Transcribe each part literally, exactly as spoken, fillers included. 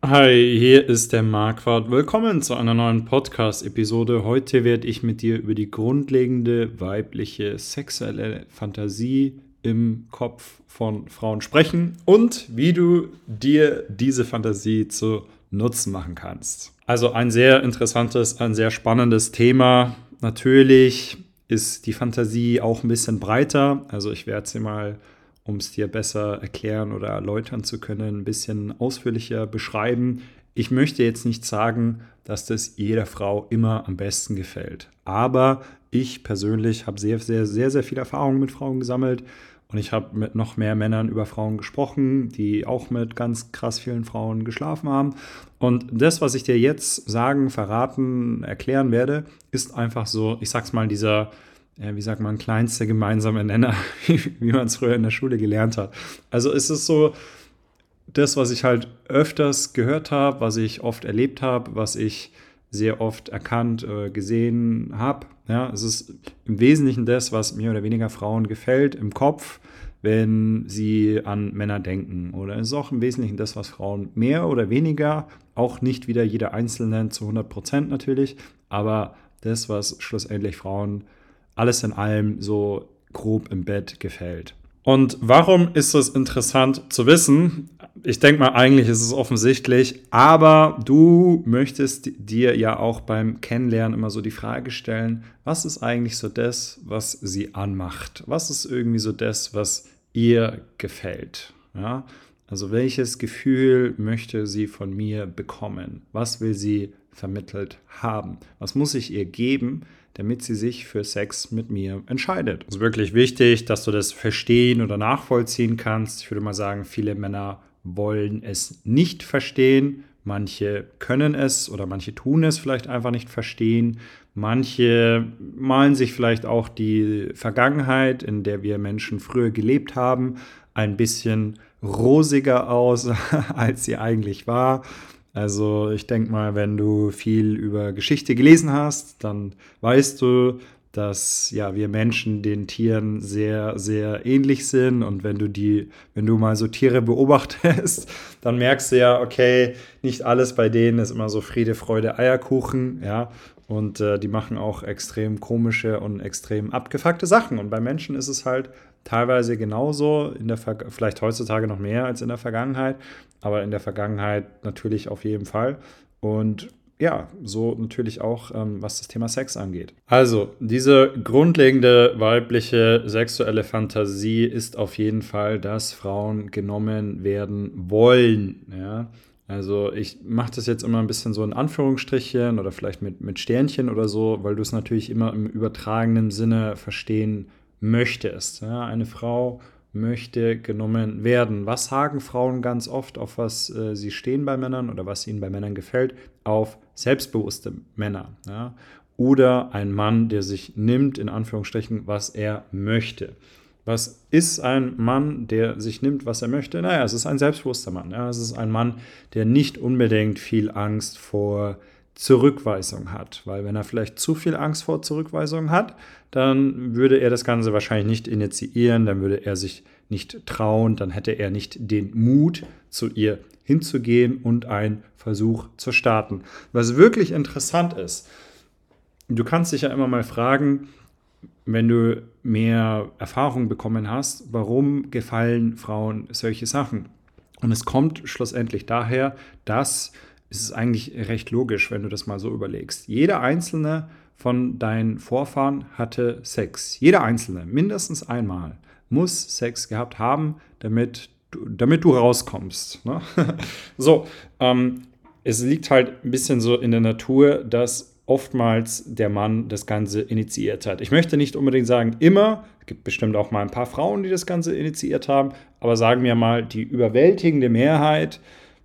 Hi, hier ist der Marquardt. Willkommen zu einer neuen Podcast-Episode. Heute werde ich mit dir über die grundlegende weibliche sexuelle Fantasie im Kopf von Frauen sprechen und wie du dir diese Fantasie zu Nutzen machen kannst. Also ein sehr interessantes, ein sehr spannendes Thema. Natürlich ist die Fantasie auch ein bisschen breiter. Also ich werde sie mal, um es dir besser erklären oder erläutern zu können, ein bisschen ausführlicher beschreiben. Ich möchte jetzt nicht sagen, dass das jeder Frau immer am besten gefällt. Aber ich persönlich habe sehr, sehr, sehr, sehr viel Erfahrung mit Frauen gesammelt und ich habe mit noch mehr Männern über Frauen gesprochen, die auch mit ganz krass vielen Frauen geschlafen haben. Und das, was ich dir jetzt sagen, verraten, erklären werde, ist einfach so, ich sag's mal, dieser ja, wie sagt man, kleinste gemeinsame Nenner, wie man es früher in der Schule gelernt hat. Also es ist so das, was ich halt öfters gehört habe, was ich oft erlebt habe, was ich sehr oft erkannt, äh, gesehen habe. Ja, es ist im Wesentlichen das, was mehr oder weniger Frauen gefällt im Kopf, wenn sie an Männer denken. Oder es ist auch im Wesentlichen das, was Frauen mehr oder weniger, auch nicht wieder jeder Einzelne zu hundert Prozent natürlich, aber das, was schlussendlich Frauen alles in allem so grob im Bett gefällt. Und warum ist es interessant zu wissen? Ich denke mal, eigentlich ist es offensichtlich, aber du möchtest dir ja auch beim Kennenlernen immer so die Frage stellen, was ist eigentlich so das, was sie anmacht? Was ist irgendwie so das, was ihr gefällt? Ja? Also welches Gefühl möchte sie von mir bekommen? Was will sie vermittelt haben? Was muss ich ihr geben, damit sie sich für Sex mit mir entscheidet? Es ist wirklich wichtig, dass du das verstehen oder nachvollziehen kannst. Ich würde mal sagen, viele Männer wollen es nicht verstehen. Manche können es oder manche tun es vielleicht einfach nicht verstehen. Manche malen sich vielleicht auch die Vergangenheit, in der wir Menschen früher gelebt haben, ein bisschen rosiger aus, als sie eigentlich war. Also ich denke mal, wenn du viel über Geschichte gelesen hast, dann weißt du, dass ja wir Menschen den Tieren sehr, sehr ähnlich sind. Und wenn du die, wenn du mal so Tiere beobachtest, dann merkst du ja, okay, nicht alles bei denen ist immer so Friede, Freude, Eierkuchen, ja. Und äh, die machen auch extrem komische und extrem abgefuckte Sachen. Und bei Menschen ist es halt teilweise genauso, in der Ver- vielleicht heutzutage noch mehr als in der Vergangenheit, aber in der Vergangenheit natürlich auf jeden Fall. Und ja, so natürlich auch, ähm, was das Thema Sex angeht. Also, diese grundlegende weibliche sexuelle Fantasie ist auf jeden Fall, dass Frauen genommen werden wollen. Ja? Also, ich mache das jetzt immer ein bisschen so in Anführungsstrichen oder vielleicht mit, mit Sternchen oder so, weil du es natürlich immer im übertragenen Sinne verstehen möchtest. Ja? Eine Frau möchte genommen werden. Was sagen Frauen ganz oft, auf was äh, sie stehen bei Männern oder was ihnen bei Männern gefällt? Auf selbstbewusste Männer. Ja? Oder ein Mann, der sich nimmt, in Anführungsstrichen, was er möchte. Was ist ein Mann, der sich nimmt, was er möchte? Naja, es ist ein selbstbewusster Mann. Ja? Es ist ein Mann, der nicht unbedingt viel Angst vor Zurückweisung hat. Weil wenn er vielleicht zu viel Angst vor Zurückweisung hat, dann würde er das Ganze wahrscheinlich nicht initiieren, dann würde er sich nicht trauen, dann hätte er nicht den Mut, zu ihr hinzugehen und einen Versuch zu starten. Was wirklich interessant ist, du kannst dich ja immer mal fragen, wenn du mehr Erfahrung bekommen hast, warum gefallen Frauen solche Sachen? Und es kommt schlussendlich daher, dass es ist eigentlich recht logisch, wenn du das mal so überlegst. Jeder einzelne von deinen Vorfahren hatte Sex. Jeder einzelne, mindestens einmal, muss Sex gehabt haben, damit du, damit du rauskommst. Ne? so, ähm, es liegt halt ein bisschen so in der Natur, dass oftmals der Mann das Ganze initiiert hat. Ich möchte nicht unbedingt sagen immer, es gibt bestimmt auch mal ein paar Frauen, die das Ganze initiiert haben, aber sagen wir mal, die überwältigende Mehrheit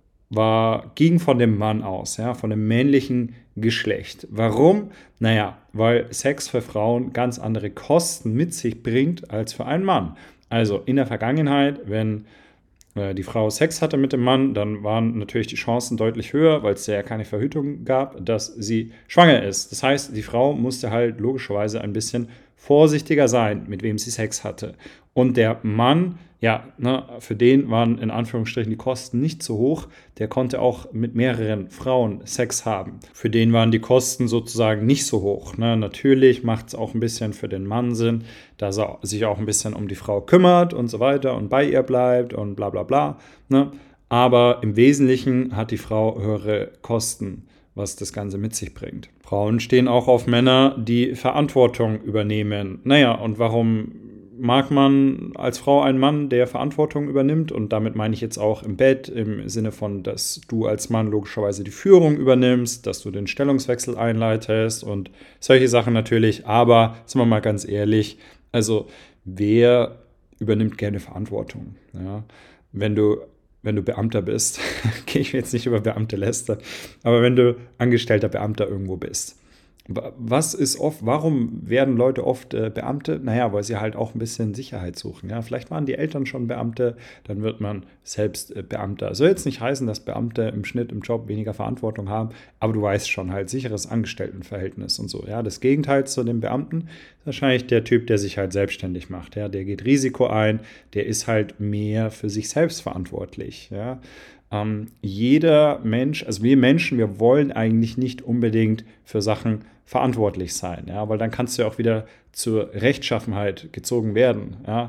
war, ging von dem Mann aus, ja, von dem männlichen Geschlecht. Warum? Naja, weil Sex für Frauen ganz andere Kosten mit sich bringt als für einen Mann. Also in der Vergangenheit, wenn äh, die Frau Sex hatte mit dem Mann, dann waren natürlich die Chancen deutlich höher, weil es ja keine Verhütung gab, dass sie schwanger ist. Das heißt, die Frau musste halt logischerweise ein bisschen vorsichtiger sein, mit wem sie Sex hatte. Und der Mann, ja, ne, für den waren in Anführungsstrichen die Kosten nicht so hoch. Der konnte auch mit mehreren Frauen Sex haben. Für den waren die Kosten sozusagen nicht so hoch. Ne? Natürlich macht es auch ein bisschen für den Mann Sinn, dass er sich auch ein bisschen um die Frau kümmert und so weiter und bei ihr bleibt und bla bla bla. Ne? Aber im Wesentlichen hat die Frau höhere Kosten, was das Ganze mit sich bringt. Frauen stehen auch auf Männer, die Verantwortung übernehmen. Naja, und warum mag man als Frau einen Mann, der Verantwortung übernimmt? Und damit meine ich jetzt auch im Bett, im Sinne von, dass du als Mann logischerweise die Führung übernimmst, dass du den Stellungswechsel einleitest und solche Sachen natürlich. Aber, sind wir mal ganz ehrlich, also wer übernimmt gerne Verantwortung? Ja? Wenn du wenn du Beamter bist, gehe ich jetzt nicht über Beamte lästern, aber wenn du angestellter Beamter irgendwo bist. Was ist oft, warum werden Leute oft äh, Beamte? Naja, weil sie halt auch ein bisschen Sicherheit suchen. Ja? Vielleicht waren die Eltern schon Beamte, dann wird man selbst äh, Beamter. Soll jetzt nicht heißen, dass Beamte im Schnitt im Job weniger Verantwortung haben, aber du weißt schon, halt sicheres Angestelltenverhältnis und so. Ja? Das Gegenteil zu dem Beamten ist wahrscheinlich der Typ, der sich halt selbstständig macht. Ja? Der geht Risiko ein, der ist halt mehr für sich selbst verantwortlich. Ja? Ähm, jeder Mensch, also wir Menschen, wir wollen eigentlich nicht unbedingt für Sachen verantwortlich sein, ja, weil dann kannst du ja auch wieder zur Rechtschaffenheit gezogen werden, ja.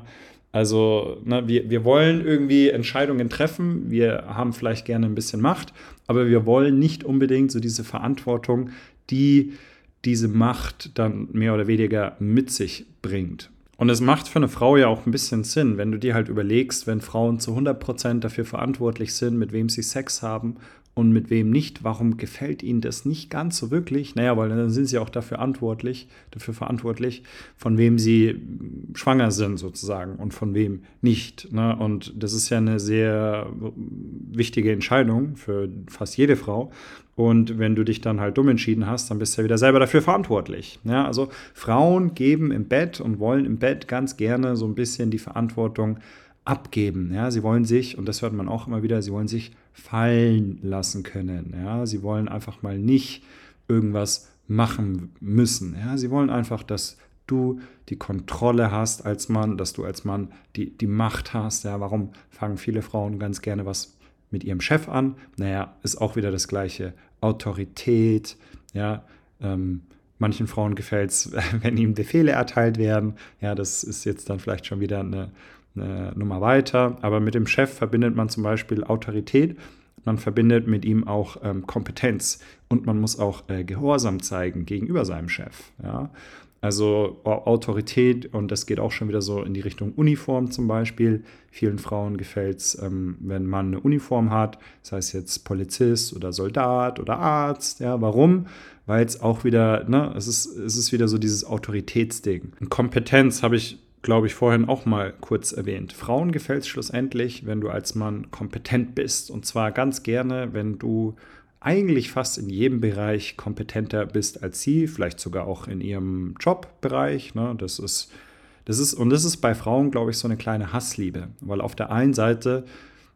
Also ne, wir, wir wollen irgendwie Entscheidungen treffen, wir haben vielleicht gerne ein bisschen Macht, aber wir wollen nicht unbedingt so diese Verantwortung, die diese Macht dann mehr oder weniger mit sich bringt. Und es macht für eine Frau ja auch ein bisschen Sinn, wenn du dir halt überlegst, wenn Frauen zu hundert Prozent dafür verantwortlich sind, mit wem sie Sex haben und mit wem nicht, warum gefällt ihnen das nicht ganz so wirklich? Naja, weil dann sind sie auch dafür verantwortlich, dafür verantwortlich, von wem sie schwanger sind sozusagen und von wem nicht. Ne? Und das ist ja eine sehr wichtige Entscheidung für fast jede Frau. Und wenn du dich dann halt dumm entschieden hast, dann bist du ja wieder selber dafür verantwortlich. Ja, also Frauen geben im Bett und wollen im Bett ganz gerne so ein bisschen die Verantwortung abgeben. Ja, sie wollen sich, und das hört man auch immer wieder, sie wollen sich fallen lassen können. Ja, sie wollen einfach mal nicht irgendwas machen müssen. Ja, sie wollen einfach, dass du die Kontrolle hast als Mann, dass du als Mann die, die Macht hast. Ja, warum fangen viele Frauen ganz gerne was mit ihrem Chef an? Naja, ist auch wieder das Gleiche. Autorität, ja, ähm, manchen Frauen gefällt es, wenn ihnen Befehle erteilt werden. Ja, das ist jetzt dann vielleicht schon wieder eine, eine Nummer weiter. Aber mit dem Chef verbindet man zum Beispiel Autorität. Man verbindet mit ihm auch ähm, Kompetenz. Und man muss auch äh, Gehorsam zeigen gegenüber seinem Chef. Ja. Also Autorität, und das geht auch schon wieder so in die Richtung Uniform zum Beispiel. Vielen Frauen gefällt es, ähm, wenn man eine Uniform hat, sei es jetzt Polizist oder Soldat oder Arzt. Ja, warum? Weil es auch wieder, ne, es ist, es ist wieder so dieses Autoritätsding. Und Kompetenz habe ich, glaube ich, vorhin auch mal kurz erwähnt. Frauen gefällt es schlussendlich, wenn du als Mann kompetent bist. Und zwar ganz gerne, wenn du eigentlich fast in jedem Bereich kompetenter bist als sie, vielleicht sogar auch in ihrem Jobbereich. Ne? Das ist, das ist, und das ist bei Frauen, glaube ich, so eine kleine Hassliebe. Weil auf der einen Seite,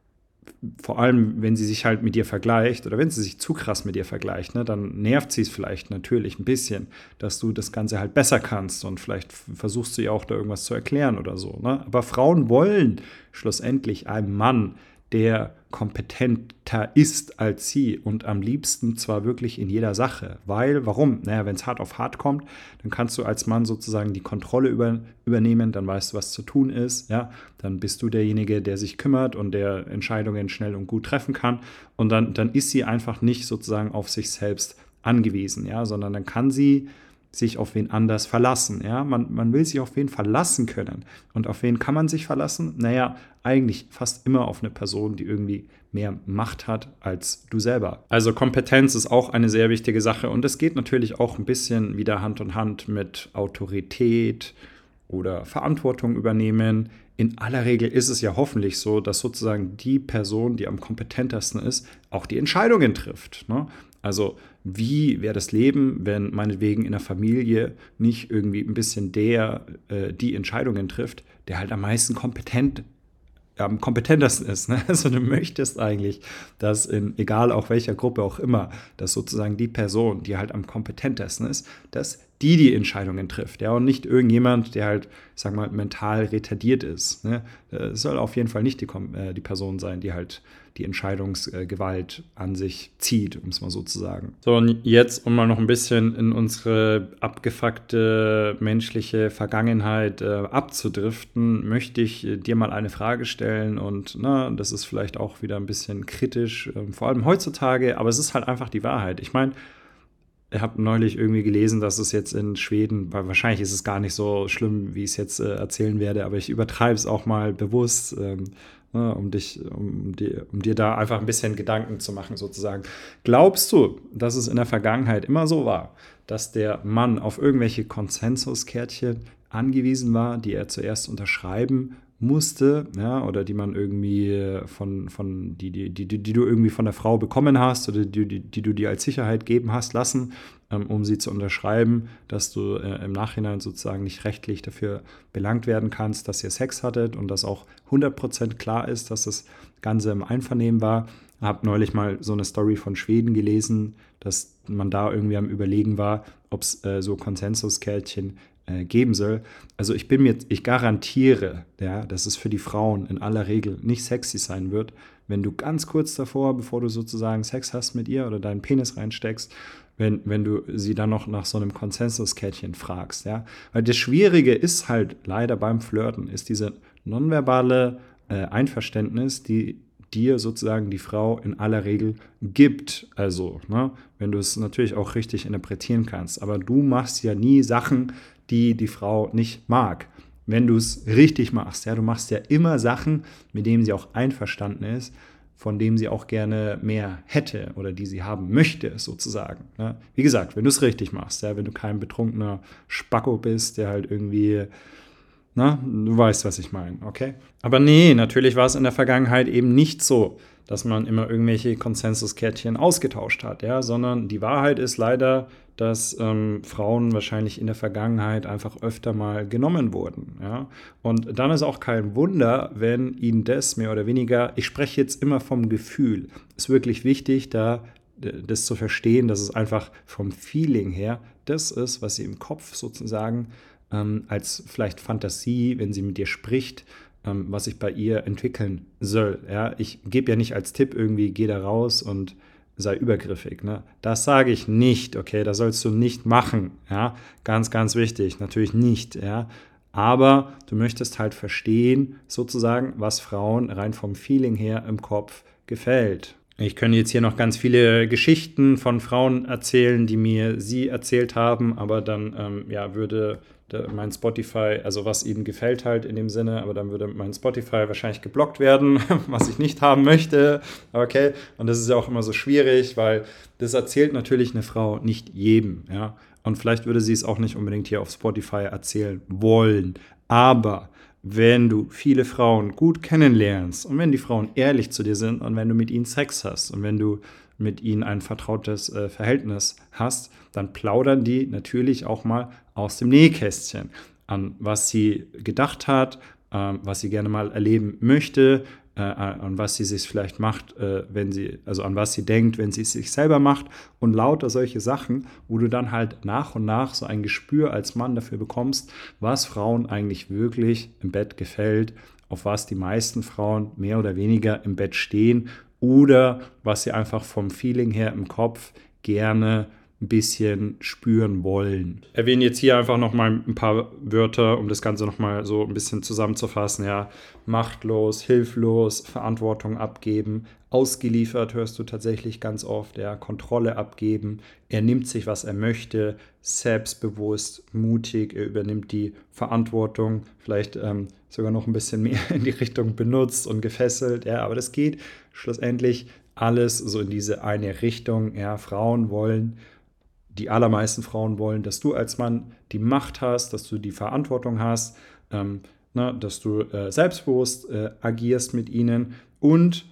vor allem wenn sie sich halt mit dir vergleicht oder wenn sie sich zu krass mit dir vergleicht, ne, dann nervt sie es vielleicht natürlich ein bisschen, dass du das Ganze halt besser kannst und vielleicht versuchst du ihr auch da irgendwas zu erklären oder so. Ne? Aber Frauen wollen schlussendlich einen Mann, der kompetenter ist als sie und am liebsten zwar wirklich in jeder Sache. Weil, warum? Naja, wenn es hart auf hart kommt, dann kannst du als Mann sozusagen die Kontrolle über, übernehmen, dann weißt du, was zu tun ist, ja, dann bist du derjenige, der sich kümmert und der Entscheidungen schnell und gut treffen kann und dann, dann ist sie einfach nicht sozusagen auf sich selbst angewiesen, ja, sondern dann kann sie sich auf wen anders verlassen. Ja? Man, man will sich auf wen verlassen können. Und auf wen kann man sich verlassen? Naja, eigentlich fast immer auf eine Person, die irgendwie mehr Macht hat als du selber. Also Kompetenz ist auch eine sehr wichtige Sache und es geht natürlich auch ein bisschen wieder Hand in Hand mit Autorität oder Verantwortung übernehmen. In aller Regel ist es ja hoffentlich so, dass sozusagen die Person, die am kompetentesten ist, auch die Entscheidungen trifft. Ne? Also wie wäre das Leben, wenn meinetwegen in der Familie nicht irgendwie ein bisschen der, äh, die Entscheidungen trifft, der halt am meisten kompetent am kompetentesten ist. Ne? Also du möchtest eigentlich, dass in egal auch welcher Gruppe auch immer, dass sozusagen die Person, die halt am kompetentesten ist, dass die die Entscheidungen trifft. Ja? Und nicht irgendjemand, der halt, ich sag mal, mental retardiert ist. Ne? Es soll auf jeden Fall nicht die, äh, die Person sein, die halt die Entscheidungsgewalt an sich zieht, um es mal so zu sagen. So, und jetzt, um mal noch ein bisschen in unsere abgefuckte menschliche Vergangenheit äh, abzudriften, möchte ich äh, dir mal eine Frage stellen und na, das ist vielleicht auch wieder ein bisschen kritisch, äh, vor allem heutzutage, aber es ist halt einfach die Wahrheit. Ich meine, ich habe neulich irgendwie gelesen, dass es jetzt in Schweden, weil wahrscheinlich ist es gar nicht so schlimm, wie ich es jetzt äh, erzählen werde, aber ich übertreibe es auch mal bewusst, ähm, ne, um, dich, um, die, um dir da einfach ein bisschen Gedanken zu machen sozusagen. Glaubst du, dass es in der Vergangenheit immer so war, dass der Mann auf irgendwelche Konsensuskärtchen angewiesen war, die er zuerst unterschreiben musste, ja, oder die man irgendwie von, von die, die, die, die du irgendwie von der Frau bekommen hast oder die, die, die du dir als Sicherheit geben hast lassen, ähm, um sie zu unterschreiben, dass du äh, im Nachhinein sozusagen nicht rechtlich dafür belangt werden kannst, dass ihr Sex hattet und dass auch hundert Prozent klar ist, dass das Ganze im Einvernehmen war. Ich habe neulich mal so eine Story von Schweden gelesen, dass man da irgendwie am Überlegen war, ob es äh, so Konsensuskärtchen geben soll. Also ich bin mir, ich garantiere, ja, dass es für die Frauen in aller Regel nicht sexy sein wird, wenn du ganz kurz davor, bevor du sozusagen Sex hast mit ihr oder deinen Penis reinsteckst, wenn, wenn du sie dann noch nach so einem Konsensuskärtchen fragst, ja. Weil das Schwierige ist halt leider beim Flirten, ist diese nonverbale äh, Einverständnis, die dir sozusagen die Frau in aller Regel gibt. Also, ne, wenn du es natürlich auch richtig interpretieren kannst. Aber du machst ja nie Sachen, die die Frau nicht mag. Wenn du es richtig machst, ja, du machst ja immer Sachen, mit denen sie auch einverstanden ist, von denen sie auch gerne mehr hätte oder die sie haben möchte, sozusagen. Ne? Wie gesagt, wenn du es richtig machst, ja, wenn du kein betrunkener Spacko bist, der halt irgendwie, na, du weißt, was ich meine, okay? Aber nee, natürlich war es in der Vergangenheit eben nicht so, dass man immer irgendwelche Konsensuskärtchen ausgetauscht hat, ja, sondern die Wahrheit ist leider, dass ähm, Frauen wahrscheinlich in der Vergangenheit einfach öfter mal genommen wurden. Ja? Und dann ist auch kein Wunder, wenn ihnen das mehr oder weniger, ich spreche jetzt immer vom Gefühl, ist wirklich wichtig, da das zu verstehen, dass es einfach vom Feeling her das ist, was sie im Kopf sozusagen ähm, als vielleicht Fantasie, wenn sie mit dir spricht, ähm, was sich bei ihr entwickeln soll. Ja? Ich gebe ja nicht als Tipp irgendwie, geh da raus und sei übergriffig. Ne? Das sage ich nicht, okay, das sollst du nicht machen, ja, ganz, ganz wichtig, natürlich nicht, ja, aber du möchtest halt verstehen, sozusagen, was Frauen rein vom Feeling her im Kopf gefällt. Ich könnte jetzt hier noch ganz viele Geschichten von Frauen erzählen, die mir sie erzählt haben, aber dann ähm, ja, würde mein Spotify, also was ihnen gefällt halt in dem Sinne, aber dann würde mein Spotify wahrscheinlich geblockt werden, was ich nicht haben möchte, okay, und das ist ja auch immer so schwierig, weil das erzählt natürlich eine Frau nicht jedem, ja, und vielleicht würde sie es auch nicht unbedingt hier auf Spotify erzählen wollen, aber wenn du viele Frauen gut kennenlernst und wenn die Frauen ehrlich zu dir sind und wenn du mit ihnen Sex hast und wenn du mit ihnen ein vertrautes äh, Verhältnis hast, dann plaudern die natürlich auch mal aus dem Nähkästchen an, was sie gedacht hat, äh, was sie gerne mal erleben möchte, äh, an was sie sich vielleicht macht, äh, wenn sie, also an was sie denkt, wenn sie es sich selber macht und lauter solche Sachen, wo du dann halt nach und nach so ein Gespür als Mann dafür bekommst, was Frauen eigentlich wirklich im Bett gefällt, auf was die meisten Frauen mehr oder weniger im Bett stehen oder was sie einfach vom Feeling her im Kopf gerne ein bisschen spüren wollen. Ich erwähne jetzt hier einfach nochmal ein paar Wörter, um das Ganze nochmal so ein bisschen zusammenzufassen. Ja. Machtlos, hilflos, Verantwortung abgeben, ausgeliefert hörst du tatsächlich ganz oft, ja. Kontrolle abgeben, er nimmt sich, was er möchte, selbstbewusst, mutig, er übernimmt die Verantwortung, vielleicht ähm, sogar noch ein bisschen mehr in die Richtung benutzt und gefesselt, ja, aber das geht schlussendlich alles so in diese eine Richtung, ja, Frauen wollen, die allermeisten Frauen wollen, dass du als Mann die Macht hast, dass du die Verantwortung hast, ähm, ne, dass du äh, selbstbewusst äh, agierst mit ihnen und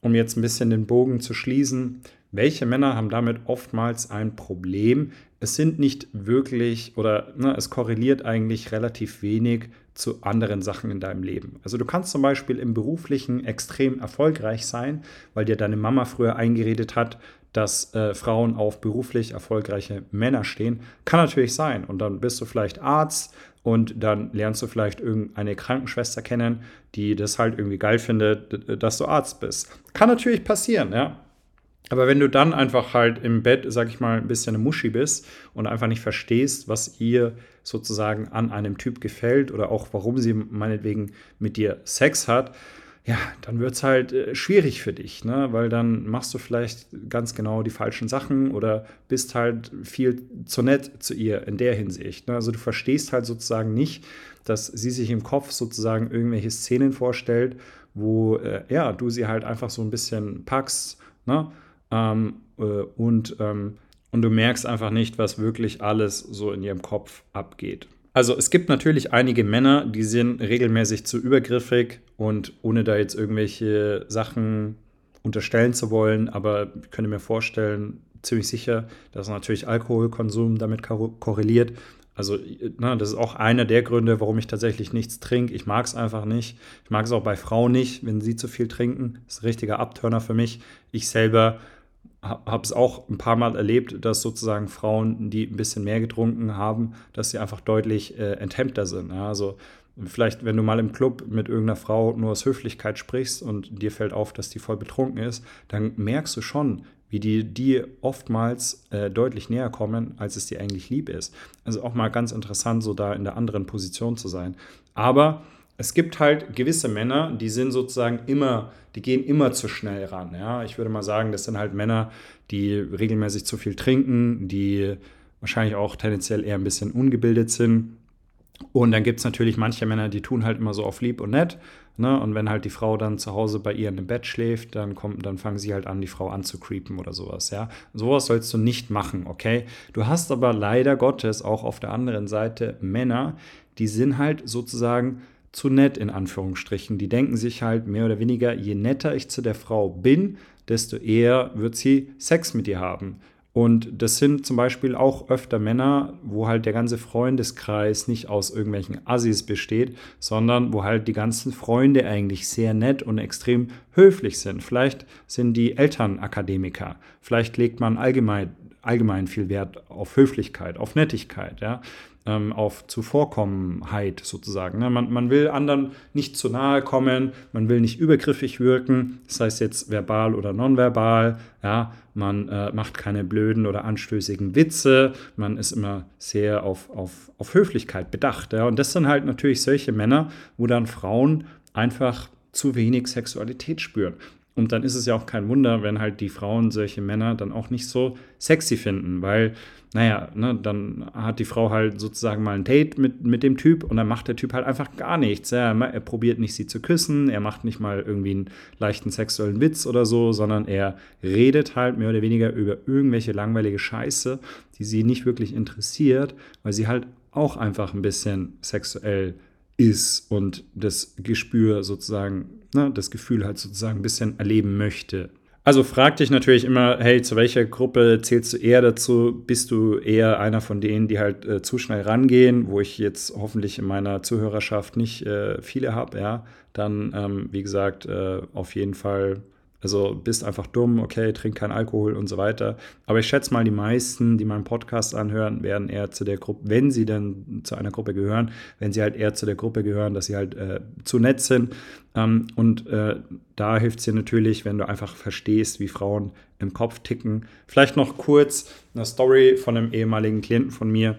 um jetzt ein bisschen den Bogen zu schließen, welche Männer haben damit oftmals ein Problem? Es sind nicht wirklich oder ne, es korreliert eigentlich relativ wenig zu anderen Sachen in deinem Leben. Also du kannst zum Beispiel im Beruflichen extrem erfolgreich sein, weil dir deine Mama früher eingeredet hat, dass äh, Frauen auf beruflich erfolgreiche Männer stehen. Kann natürlich sein. Und dann bist du vielleicht Arzt und dann lernst du vielleicht irgendeine Krankenschwester kennen, die das halt irgendwie geil findet, dass du Arzt bist. Kann natürlich passieren, ja. Aber wenn du dann einfach halt im Bett, sag ich mal, ein bisschen eine Muschi bist und einfach nicht verstehst, was ihr sozusagen an einem Typ gefällt oder auch warum sie meinetwegen mit dir Sex hat, ja, dann wird es halt äh, schwierig für dich, ne? Weil dann machst du vielleicht ganz genau die falschen Sachen oder bist halt viel zu nett zu ihr in der Hinsicht. Ne? Also du verstehst halt sozusagen nicht, dass sie sich im Kopf sozusagen irgendwelche Szenen vorstellt, wo äh, ja, du sie halt einfach so ein bisschen packst, ne? Ähm, äh, und, ähm, und du merkst einfach nicht, was wirklich alles so in ihrem Kopf abgeht. Also es gibt natürlich einige Männer, die sind regelmäßig zu übergriffig und ohne da jetzt irgendwelche Sachen unterstellen zu wollen, aber ich könnte mir vorstellen, ziemlich sicher, dass natürlich Alkoholkonsum damit korreliert. Also ne, das ist auch einer der Gründe, warum ich tatsächlich nichts trinke. Ich mag es einfach nicht. Ich mag es auch bei Frauen nicht, wenn sie zu viel trinken. Das ist ein richtiger Abturner für mich. Ich selber habe es auch ein paar Mal erlebt, dass sozusagen Frauen, die ein bisschen mehr getrunken haben, dass sie einfach deutlich äh, enthemmter sind. Ja, also vielleicht, wenn du mal im Club mit irgendeiner Frau nur aus Höflichkeit sprichst und dir fällt auf, dass die voll betrunken ist, dann merkst du schon, wie die dir oftmals äh, deutlich näher kommen, als es dir eigentlich lieb ist. Also auch mal ganz interessant, so da in der anderen Position zu sein. Aber es gibt halt gewisse Männer, die sind sozusagen immer, die gehen immer zu schnell ran. Ja? Ich würde mal sagen, das sind halt Männer, die regelmäßig zu viel trinken, die wahrscheinlich auch tendenziell eher ein bisschen ungebildet sind. Und dann gibt es natürlich manche Männer, die tun halt immer so auf lieb und nett. Ne? Und wenn halt die Frau dann zu Hause bei ihr im Bett schläft, dann, kommt, dann fangen sie halt an, die Frau anzucreepen oder sowas. Ja? Sowas sollst du nicht machen, okay? Du hast aber leider Gottes auch auf der anderen Seite Männer, die sind halt sozusagen zu nett in Anführungsstrichen. Die denken sich halt mehr oder weniger, je netter ich zu der Frau bin, desto eher wird sie Sex mit ihr haben. Und das sind zum Beispiel auch öfter Männer, wo halt der ganze Freundeskreis nicht aus irgendwelchen Assis besteht, sondern wo halt die ganzen Freunde eigentlich sehr nett und extrem höflich sind. Vielleicht sind die Eltern Akademiker, vielleicht legt man allgemein, allgemein viel Wert auf Höflichkeit, auf Nettigkeit, ja. Auf Zuvorkommenheit sozusagen. Man, man will anderen nicht zu nahe kommen, man will nicht übergriffig wirken, das heißt jetzt verbal oder nonverbal, ja, man äh, macht keine blöden oder anstößigen Witze, man ist immer sehr auf, auf, auf Höflichkeit bedacht. Ja. Und das sind halt natürlich solche Männer, wo dann Frauen einfach zu wenig Sexualität spüren. Und dann ist es ja auch kein Wunder, wenn halt die Frauen solche Männer dann auch nicht so sexy finden, weil, naja, ne, dann hat die Frau halt sozusagen mal ein Date mit, mit dem Typ und dann macht der Typ halt einfach gar nichts. Ja. Er probiert nicht, sie zu küssen, er macht nicht mal irgendwie einen leichten sexuellen Witz oder so, sondern er redet halt mehr oder weniger über irgendwelche langweilige Scheiße, die sie nicht wirklich interessiert, weil sie halt auch einfach ein bisschen sexuell ist und das Gespür sozusagen, ne, das Gefühl halt sozusagen ein bisschen erleben möchte. Also frag dich natürlich immer, hey, zu welcher Gruppe zählst du eher dazu? Bist du eher einer von denen, die halt äh, zu schnell rangehen, wo ich jetzt hoffentlich in meiner Zuhörerschaft nicht äh, viele habe, ja? Dann, ähm, wie gesagt, äh, auf jeden Fall, also bist einfach dumm, okay, trink keinen Alkohol und so weiter. Aber ich schätze mal, die meisten, die meinen Podcast anhören, werden eher zu der Gruppe, wenn sie dann zu einer Gruppe gehören, wenn sie halt eher zu der Gruppe gehören, dass sie halt äh, zu nett sind. Ähm, und äh, da hilft es dir natürlich, wenn du einfach verstehst, wie Frauen im Kopf ticken. Vielleicht noch kurz eine Story von einem ehemaligen Klienten von mir.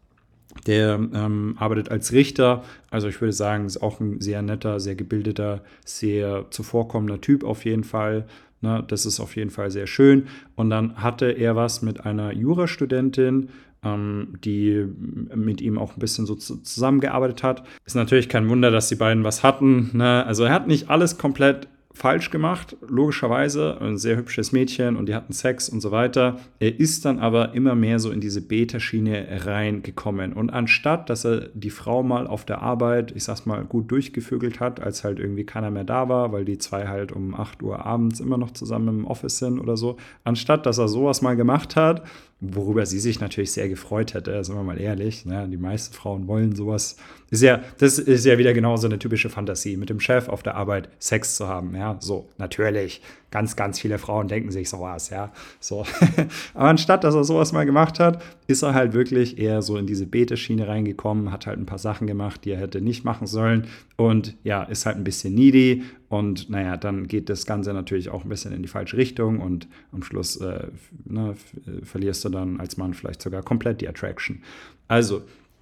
Der ähm, arbeitet als Richter, also ich würde sagen, ist auch ein sehr netter, sehr gebildeter, sehr zuvorkommender Typ auf jeden Fall. Ne, das ist auf jeden Fall sehr schön. Und dann hatte er was mit einer Jurastudentin, ähm, die mit ihm auch ein bisschen so zusammengearbeitet hat. Ist natürlich kein Wunder, dass die beiden was hatten. Ne? Also er hat nicht alles komplett falsch gemacht, logischerweise, ein sehr hübsches Mädchen und die hatten Sex und so weiter. Er ist dann aber immer mehr so in diese Beta-Schiene reingekommen und anstatt, dass er die Frau mal auf der Arbeit, ich sag's mal, gut durchgevögelt hat, als halt irgendwie keiner mehr da war, weil die zwei halt um acht Uhr abends immer noch zusammen im Office sind oder so, anstatt, dass er sowas mal gemacht hat, worüber sie sich natürlich sehr gefreut hätte, sind wir mal ehrlich, ne? Die meisten Frauen wollen sowas, ist ja, das ist ja wieder genau so eine typische Fantasie, mit dem Chef auf der Arbeit Sex zu haben, ja, so, natürlich, ganz, ganz viele Frauen denken sich sowas, ja, so, aber anstatt, dass er sowas mal gemacht hat, ist er halt wirklich eher so in diese Beta-Schiene reingekommen, hat halt ein paar Sachen gemacht, die er hätte nicht machen sollen und ja, ist halt ein bisschen needy und naja, dann geht das Ganze natürlich auch ein bisschen in die falsche Richtung und am Schluss äh, ne, verlierst du dann als Mann vielleicht sogar komplett die Attraction. Also,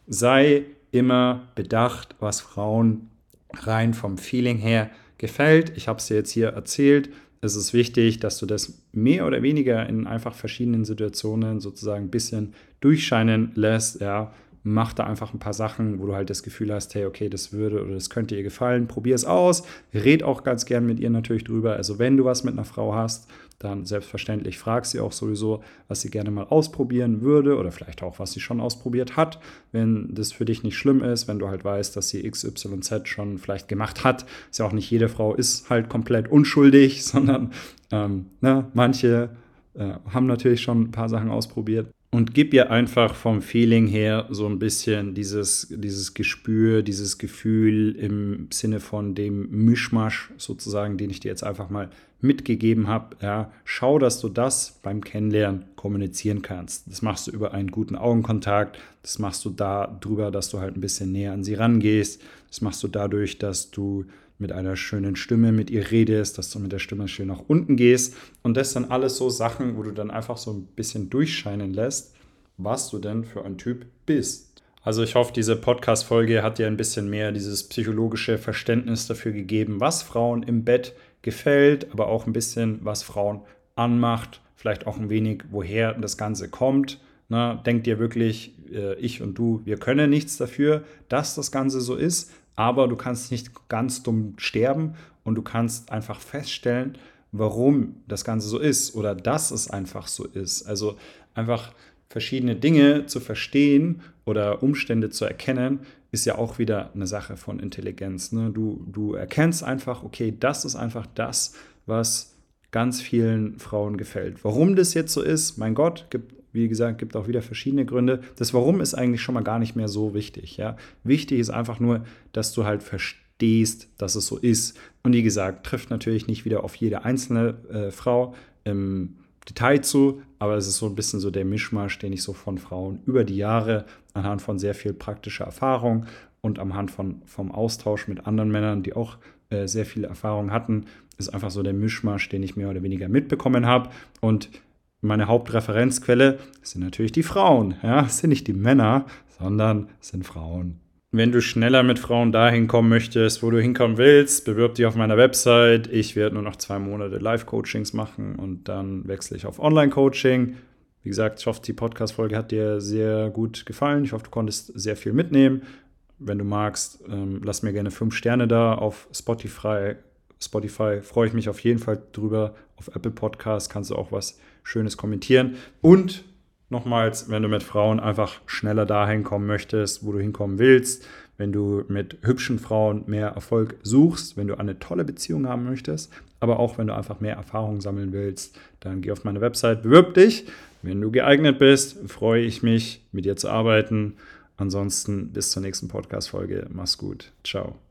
sei immer bedacht, was Frauen rein vom Feeling her gefällt. Ich habe es dir jetzt hier erzählt. Es ist wichtig, dass du das mehr oder weniger in einfach verschiedenen Situationen sozusagen ein bisschen durchscheinen lässt. Ja, mach da einfach ein paar Sachen, wo du halt das Gefühl hast, hey, okay, das würde oder das könnte ihr gefallen. Probier es aus. Red auch ganz gern mit ihr natürlich drüber. Also wenn du was mit einer Frau hast, dann selbstverständlich frag sie auch sowieso, was sie gerne mal ausprobieren würde oder vielleicht auch, was sie schon ausprobiert hat. Wenn das für dich nicht schlimm ist, wenn du halt weißt, dass sie X Y Z schon vielleicht gemacht hat. Ist ja auch nicht jede Frau ist halt komplett unschuldig, sondern ähm, ne, manche äh, haben natürlich schon ein paar Sachen ausprobiert. Und gib ihr einfach vom Feeling her so ein bisschen dieses, dieses Gespür, dieses Gefühl im Sinne von dem Mischmasch sozusagen, den ich dir jetzt einfach mal mitgegeben habe. Ja, schau, dass du das beim Kennenlernen kommunizieren kannst. Das machst du über einen guten Augenkontakt. Das machst du darüber, dass du halt ein bisschen näher an sie rangehst. Das machst du dadurch, dass du mit einer schönen Stimme mit ihr redest, dass du mit der Stimme schön nach unten gehst. Und das sind alles so Sachen, wo du dann einfach so ein bisschen durchscheinen lässt, was du denn für ein Typ bist. Also ich hoffe, diese Podcast-Folge hat dir ein bisschen mehr dieses psychologische Verständnis dafür gegeben, was Frauen im Bett gefällt, aber auch ein bisschen, was Frauen anmacht, vielleicht auch ein wenig, woher das Ganze kommt. Na, denk dir wirklich, äh, ich und du, wir können nichts dafür, dass das Ganze so ist, aber du kannst nicht ganz dumm sterben und du kannst einfach feststellen, warum das Ganze so ist oder dass es einfach so ist. Also einfach verschiedene Dinge zu verstehen oder Umstände zu erkennen, ist ja auch wieder eine Sache von Intelligenz. Ne? Du, du erkennst einfach, okay, das ist einfach das, was ganz vielen Frauen gefällt. Warum das jetzt so ist, mein Gott, gibt, wie gesagt, gibt auch wieder verschiedene Gründe. Das Warum ist eigentlich schon mal gar nicht mehr so wichtig. Ja? Wichtig ist einfach nur, dass du halt verstehst, dass es so ist. Und wie gesagt, trifft natürlich nicht wieder auf jede einzelne äh, Frau im Detail zu, aber es ist so ein bisschen so der Mischmasch, den ich so von Frauen über die Jahre anhand von sehr viel praktischer Erfahrung und anhand von, vom Austausch mit anderen Männern, die auch äh, sehr viel Erfahrung hatten, ist einfach so der Mischmasch, den ich mehr oder weniger mitbekommen habe. Und meine Hauptreferenzquelle sind natürlich die Frauen. Ja, es sind nicht die Männer, sondern es sind Frauen. Wenn du schneller mit Frauen dahin kommen möchtest, wo du hinkommen willst, bewirb dich auf meiner Website. Ich werde nur noch zwei Monate Live-Coachings machen und dann wechsle ich auf Online-Coaching. Wie gesagt, ich hoffe, die Podcast-Folge hat dir sehr gut gefallen. Ich hoffe, du konntest sehr viel mitnehmen. Wenn du magst, ähm, lass mir gerne fünf Sterne da auf Spotify. Spotify freue ich mich auf jeden Fall drüber. Auf Apple Podcasts kannst du auch was Schönes kommentieren. Und nochmals, wenn du mit Frauen einfach schneller dahin kommen möchtest, wo du hinkommen willst, wenn du mit hübschen Frauen mehr Erfolg suchst, wenn du eine tolle Beziehung haben möchtest, aber auch wenn du einfach mehr Erfahrung sammeln willst, dann geh auf meine Website, bewirb dich. Wenn du geeignet bist, freue ich mich, mit dir zu arbeiten. Ansonsten bis zur nächsten Podcast-Folge. Mach's gut. Ciao.